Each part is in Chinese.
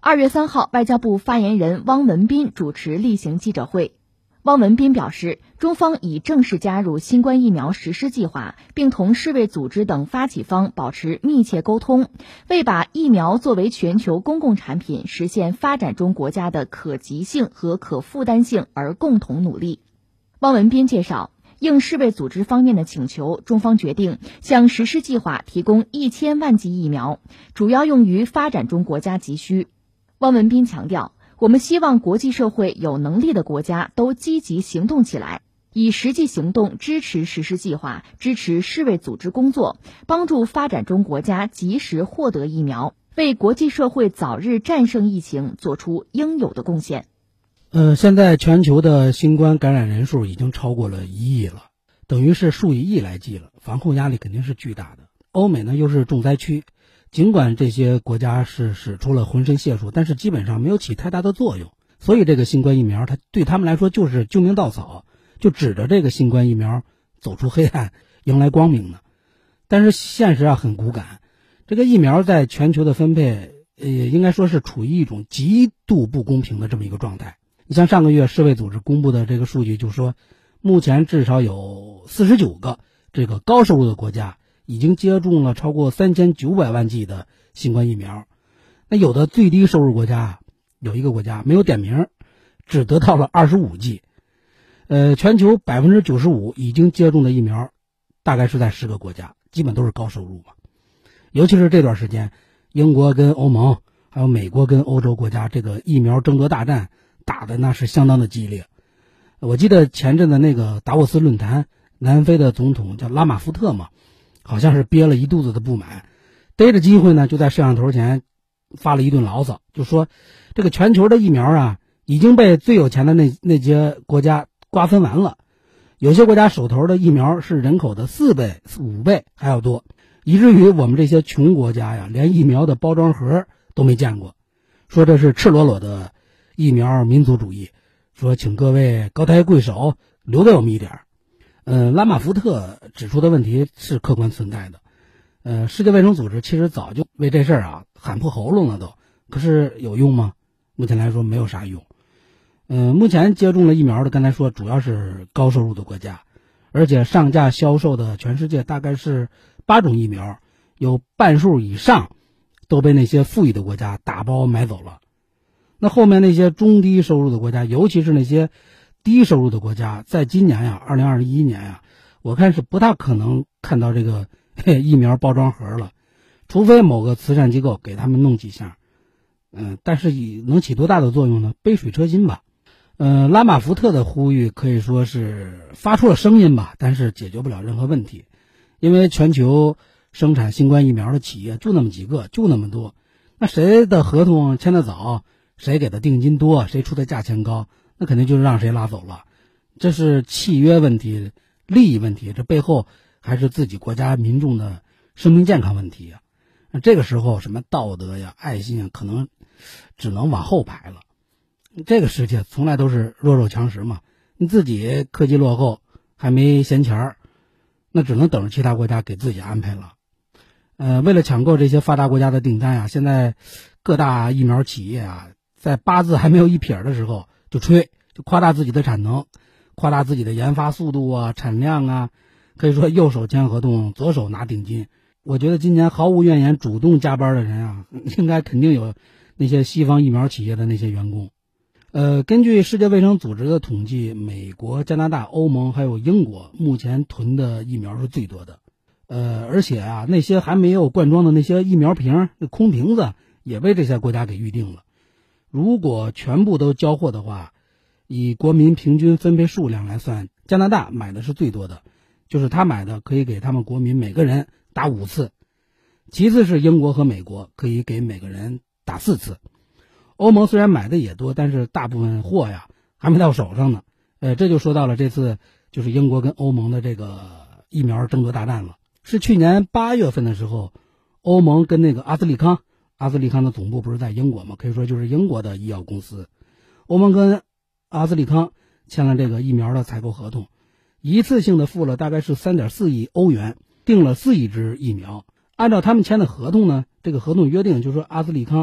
2月3号，外交部发言人汪文斌主持例行记者会。汪文斌表示，中方已正式加入新冠疫苗实施计划，并同世卫组织等发起方保持密切沟通，为把疫苗作为全球公共产品实现发展中国家的可及性和可负担性而共同努力。汪文斌介绍，应世卫组织方面的请求，中方决定向实施计划提供1000万剂疫苗，主要用于发展中国家急需。汪文斌强调，我们希望国际社会有能力的国家都积极行动起来，以实际行动支持实施计划，支持世卫组织工作，帮助发展中国家及时获得疫苗，为国际社会早日战胜疫情做出应有的贡献。 现在全球的新冠感染人数已经超过了1亿了，等于是数以亿来计了，防控压力肯定是巨大的。欧美呢又是重灾区，尽管这些国家是使出了浑身解数，但是基本上没有起太大的作用。所以这个新冠疫苗它对他们来说就是救命稻草，就指着这个新冠疫苗走出黑暗，迎来光明呢。但是现实很骨感，这个疫苗在全球的分配应该说是处于一种极度不公平的这么一个状态。你像上个月世卫组织公布的这个数据就说，目前至少有49个这个高收入的国家已经接种了超过3900万剂的新冠疫苗。那有的最低收入国家，有一个国家没有点名，只得到了25剂。全球95%已经接种的疫苗大概是在10个国家，基本都是高收入嘛。尤其是这段时间，英国跟欧盟还有美国跟欧洲国家这个疫苗争夺大战打的那是相当的激烈。我记得前阵的那个达沃斯论坛，南非的总统叫拉马福特嘛，好像是憋了一肚子的不满，逮着机会呢就在摄像头前发了一顿牢骚，就说这个全球的疫苗已经被最有钱的那些国家瓜分完了，有些国家手头的疫苗是人口的4倍、5倍还要多，以至于我们这些穷国家连疫苗的包装盒都没见过，说这是赤裸裸的疫苗民族主义，说请各位高抬贵手，留给我们一点。拉马福特指出的问题是客观存在的。世界卫生组织其实早就为这事喊破喉咙了都，可是有用吗？目前来说没有啥用。目前接种了疫苗的，刚才说主要是高收入的国家，而且上架销售的全世界大概是8种疫苗，有半数以上都被那些富裕的国家打包买走了。那后面那些中低收入的国家，尤其是那些低收入的国家，在今年2021年我看是不大可能看到这个疫苗包装盒了，除非某个慈善机构给他们弄几项。但是能起多大的作用呢？杯水车薪吧。拉马福特的呼吁可以说是发出了声音吧，但是解决不了任何问题，因为全球生产新冠疫苗的企业就那么几个，就那么多，那谁的合同签得早，谁给的定金多，谁出的价钱高，那肯定就是让谁拉走了。这是契约问题、利益问题，这背后还是自己国家民众的生命健康问题那这个时候什么道德爱心可能只能往后排了。这个世界从来都是弱肉强食嘛，你自己科技落后还没闲钱那只能等着其他国家给自己安排了。为了抢购这些发达国家的订单现在各大疫苗企业在八字还没有一撇的时候就吹，就夸大自己的产能，夸大自己的研发速度产量可以说右手签合同，左手拿定金。我觉得今年毫无怨言主动加班的人应该肯定有那些西方疫苗企业的那些员工。根据世界卫生组织的统计，美国、加拿大、欧盟还有英国目前囤的疫苗是最多的。而且那些还没有灌装的那些疫苗瓶，空瓶子也被这些国家给预定了。如果全部都交货的话，以国民平均分配数量来算，加拿大买的是最多的，就是他买的可以给他们国民每个人打5次，其次是英国和美国，可以给每个人打4次。欧盟虽然买的也多，但是大部分货还没到手上呢。这就说到了这次就是英国跟欧盟的这个疫苗争夺大战了。是去年8月份的时候，欧盟跟那个阿斯利康的总部不是在英国吗？可以说就是英国的医药公司。欧盟跟阿斯利康签了这个疫苗的采购合同，一次性的付了大概是3.4亿欧元，订了4亿支疫苗。按照他们签的合同呢，这个合同约定就是说阿斯利康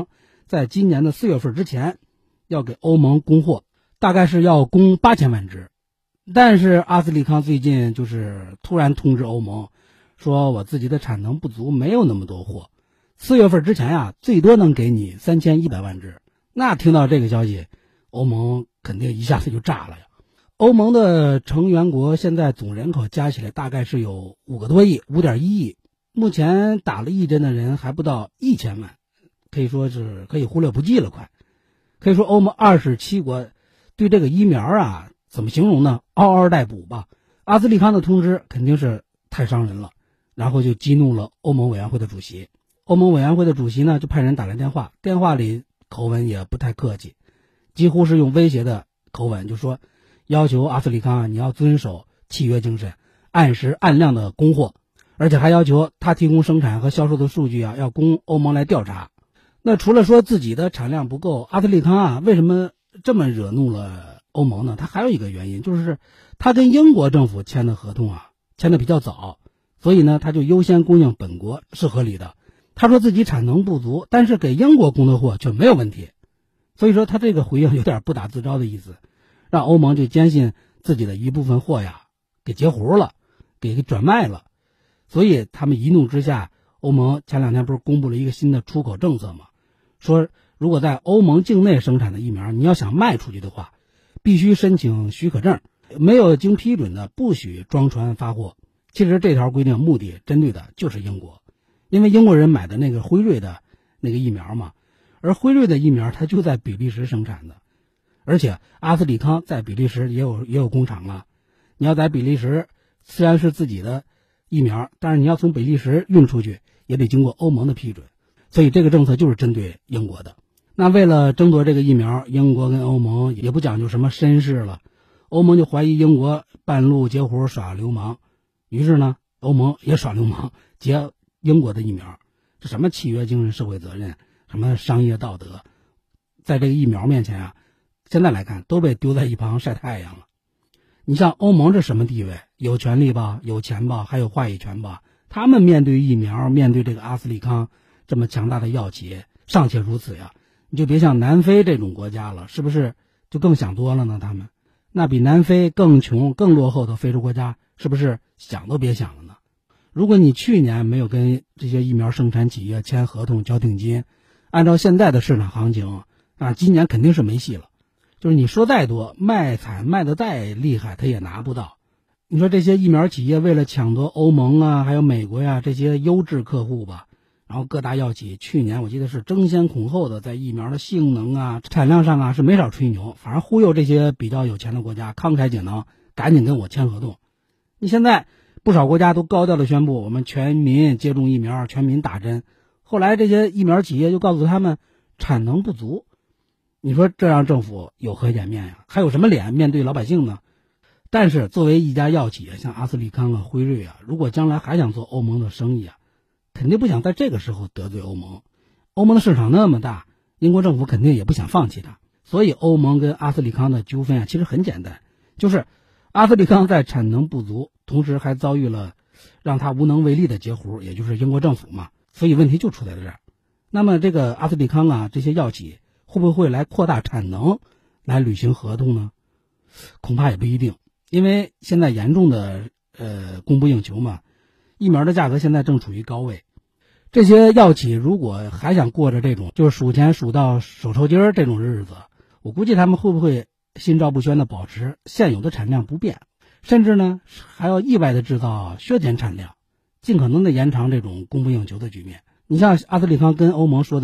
在今年的4月份之前要给欧盟供货，大概是要供8000万只。但是阿斯利康最近就是突然通知欧盟，说我自己的产能不足，没有那么多货，4月份之前呀，最多能给你3100万只。那听到这个消息，欧盟肯定一下子就炸了呀。欧盟的成员国现在总人口加起来大概是有5个多亿，5.1亿，目前打了1针的人还不到1000万，可以说是可以忽略不计了，快。可以说欧盟27国对这个疫苗啊，怎么形容呢？嗷嗷待哺吧。阿斯利康的通知肯定是太伤人了，然后就激怒了欧盟委员会的主席。欧盟委员会的主席呢，就派人打来电话，电话里口吻也不太客气，几乎是用威胁的口吻，就说要求阿斯利康啊，你要遵守契约精神，按时按量的供货，而且还要求他提供生产和销售的数据啊，要供欧盟来调查。那除了说自己的产量不够，阿斯利康啊，为什么这么惹怒了欧盟呢？他还有一个原因，就是他跟英国政府签的合同啊，签的比较早，所以呢，他就优先供应本国是合理的。他说自己产能不足，但是给英国供的货却没有问题，所以说他这个回应有点不打自招的意思，让欧盟就坚信自己的一部分货呀给截胡了，给转卖了。所以他们一怒之下，欧盟前2天不是公布了一个新的出口政策吗？说如果在欧盟境内生产的疫苗，你要想卖出去的话，必须申请许可证，没有经批准的不许装船发货。其实这条规定目的针对的就是英国，因为英国人买的那个辉瑞的那个疫苗嘛，而辉瑞的疫苗它就在比利时生产的，而且阿斯利康在比利时也有工厂了。你要在比利时虽然是自己的疫苗，但是你要从比利时运出去也得经过欧盟的批准，所以这个政策就是针对英国的。那为了争夺这个疫苗，英国跟欧盟也不讲究什么绅士了，欧盟就怀疑英国半路截胡耍流氓，于是呢，欧盟也耍流氓截英国的疫苗。这什么契约精神、社会责任，什么商业道德，在这个疫苗面前啊，现在来看都被丢在一旁晒太阳了。你像欧盟这什么地位？有权利吧，有钱吧，还有话语权吧。他们面对疫苗，面对这个阿斯利康这么强大的药企尚且如此呀，你就别像南非这种国家了，是不是就更想多了呢？他们那比南非更穷更落后的非洲国家，是不是想都别想了呢？如果你去年没有跟这些疫苗生产企业签合同交定金，按照现在的市场行情啊，今年肯定是没戏了。就是你说再多，卖惨卖得再厉害，他也拿不到。你说这些疫苗企业为了抢夺欧盟啊，还有美国呀这些优质客户吧，然后各大药企去年我记得是争先恐后的在疫苗的性能啊、产量上啊是没少吹牛，反而忽悠这些比较有钱的国家慷慨解囊，赶紧跟我签合同。你现在不少国家都高调的宣布我们全民接种疫苗，全民打针，后来这些疫苗企业就告诉他们产能不足。你说这让政府有何颜面呀？还有什么脸面对老百姓呢？但是作为一家药企，像阿斯利康啊、辉瑞啊，如果将来还想做欧盟的生意啊，肯定不想在这个时候得罪欧盟。欧盟的市场那么大，英国政府肯定也不想放弃它。所以欧盟跟阿斯利康的纠纷啊，其实很简单，就是阿斯利康在产能不足，同时还遭遇了让他无能为力的截胡，也就是英国政府嘛。所以问题就出在这儿。那么这个阿斯利康啊，这些药企会不会来扩大产能来履行合同呢？恐怕也不一定，因为现在严重的供不应求嘛，疫苗的价格现在正处于高位。这些药企如果还想过着这种就是数钱数到手抽筋儿这种日子，我估计他们会不会心照不宣的保持现有的产量不变，甚至呢还要意外的制造削减产量，尽可能的延长这种供不应求的局面。你像阿斯利康跟欧盟说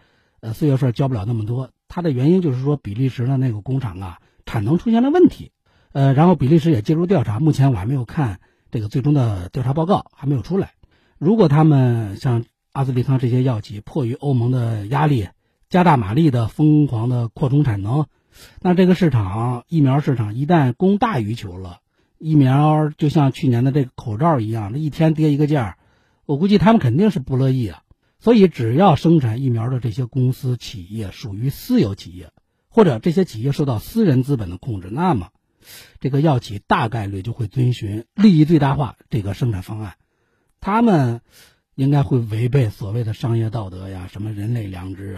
4月份交不了那么多，它的原因就是说比利时的那个工厂啊产能出现了问题，然后比利时也介入调查，目前我还没有看这个最终的调查报告，还没有出来。如果他们像阿斯利康这些药企迫于欧盟的压力，加大马力的疯狂的扩充产能，那这个市场疫苗市场一旦供大于求了，疫苗就像去年的这个口罩一样，一天跌一个价，我估计他们肯定是不乐意啊。所以只要生产疫苗的这些公司企业属于私有企业，或者这些企业受到私人资本的控制，那么这个药企大概率就会遵循利益最大化这个生产方案，他们应该会违背所谓的商业道德呀，什么人类良知啊，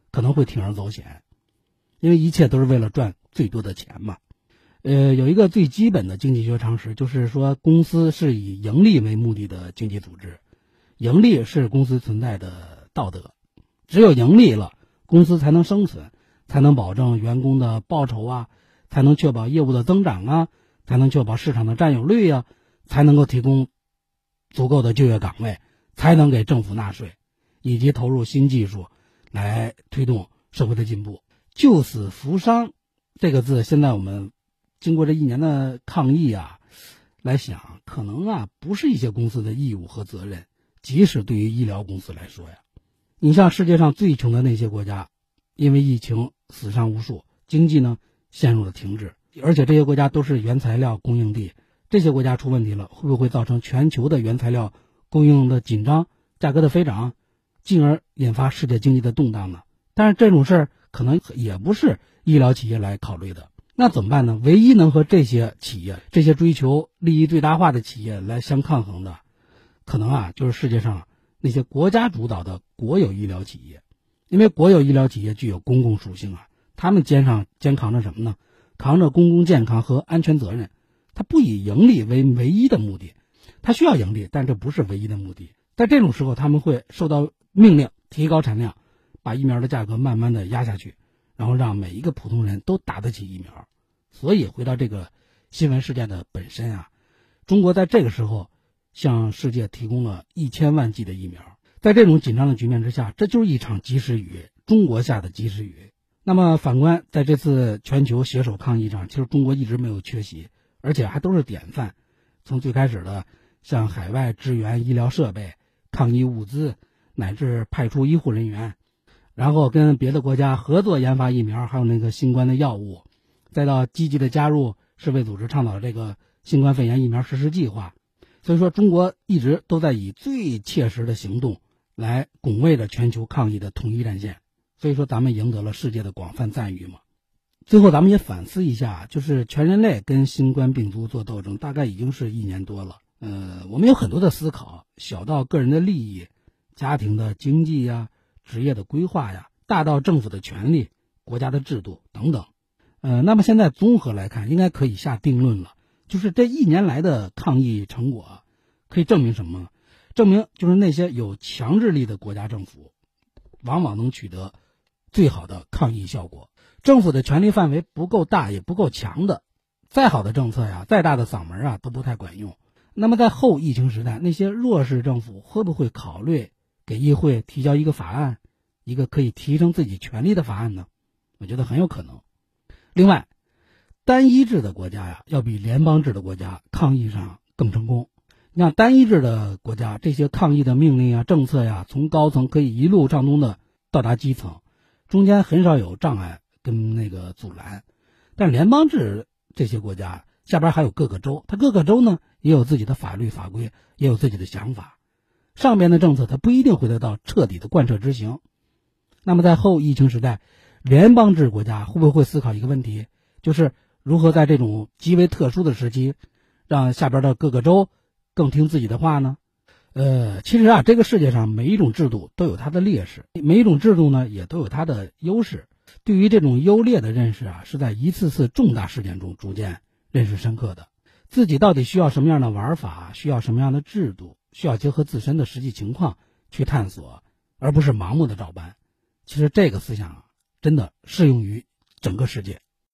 可能会铤而走险，因为一切都是为了赚最多的钱嘛。有一个最基本的经济学常识，就是说公司是以盈利为目的的经济组织，盈利是公司存在的道德，只有盈利了，公司才能生存，才能保证员工的报酬啊，才能确保业务的增长啊，才能确保市场的占有率啊，才能够提供足够的就业岗位，才能给政府纳税，以及投入新技术来推动社会的进步。救死扶伤这个字，现在我们经过这1年的抗疫啊，来想可能啊不是一些公司的义务和责任，即使对于医疗公司来说呀，你像世界上最穷的那些国家，因为疫情死伤无数，经济呢陷入了停滞，而且这些国家都是原材料供应地，这些国家出问题了，会不会造成全球的原材料供应的紧张，价格的飞涨，进而引发世界经济的动荡呢？但是这种事儿可能也不是医疗企业来考虑的，那怎么办呢？唯一能和这些企业，这些追求利益最大化的企业来相抗衡的，可能啊就是世界上那些国家主导的国有医疗企业。因为国有医疗企业具有公共属性啊，他们肩扛着什么呢？扛着公共健康和安全责任。它不以盈利为唯一的目的，它需要盈利，但这不是唯一的目的。在这种时候，他们会受到命令提高产量，把疫苗的价格慢慢的压下去，然后让每一个普通人都打得起疫苗。所以回到这个新闻事件的本身啊，中国在这个时候向世界提供了1000万剂的疫苗。在这种紧张的局面之下，这就是一场及时雨，中国下的及时雨。那么反观在这次全球携手抗疫上，其实中国一直没有缺席，而且还都是典范。从最开始的向海外支援医疗设备、抗疫物资，乃至派出医护人员，然后跟别的国家合作研发疫苗，还有那个新冠的药物，再到积极的加入世卫组织倡导的这个新冠肺炎疫苗实施计划。所以说中国一直都在以最切实的行动来拱卫着全球抗疫的统一战线，所以说咱们赢得了世界的广泛赞誉嘛。最后咱们也反思一下，就是全人类跟新冠病毒做斗争大概已经是1年多了。我们有很多的思考，小到个人的利益、家庭的经济呀、职业的规划呀，大到政府的权利、国家的制度等等。那么现在综合来看，应该可以下定论了，就是这1年来的抗疫成果可以证明什么呢？证明就是那些有强制力的国家政府往往能取得最好的抗疫效果。政府的权力范围不够大也不够强的，再好的政策呀，再大的嗓门啊都不太管用。那么在后疫情时代，那些弱势政府会不会考虑给议会提交一个法案，一个可以提升自己权利的法案呢？我觉得很有可能。另外，单一制的国家呀，要比联邦制的国家抗疫上更成功。你像单一制的国家，这些抗疫的命令啊、政策呀，从高层可以一路畅通的到达基层，中间很少有障碍跟那个阻拦。但联邦制这些国家下边还有各个州，它各个州呢也有自己的法律法规，也有自己的想法，上边的政策它不一定会得到彻底的贯彻执行。那么在后疫情时代，联邦制国家会不会思考一个问题，就是如何在这种极为特殊的时期让下边的各个州更听自己的话呢？其实啊，这个世界上每一种制度都有它的劣势，每一种制度呢也都有它的优势。对于这种优劣的认识啊，是在一次次重大事件中逐渐认识深刻的。自己到底需要什么样的玩法，需要什么样的制度，需要结合自身的实际情况去探索，而不是盲目的照搬。其实这个思想啊，真的适用于整个世界。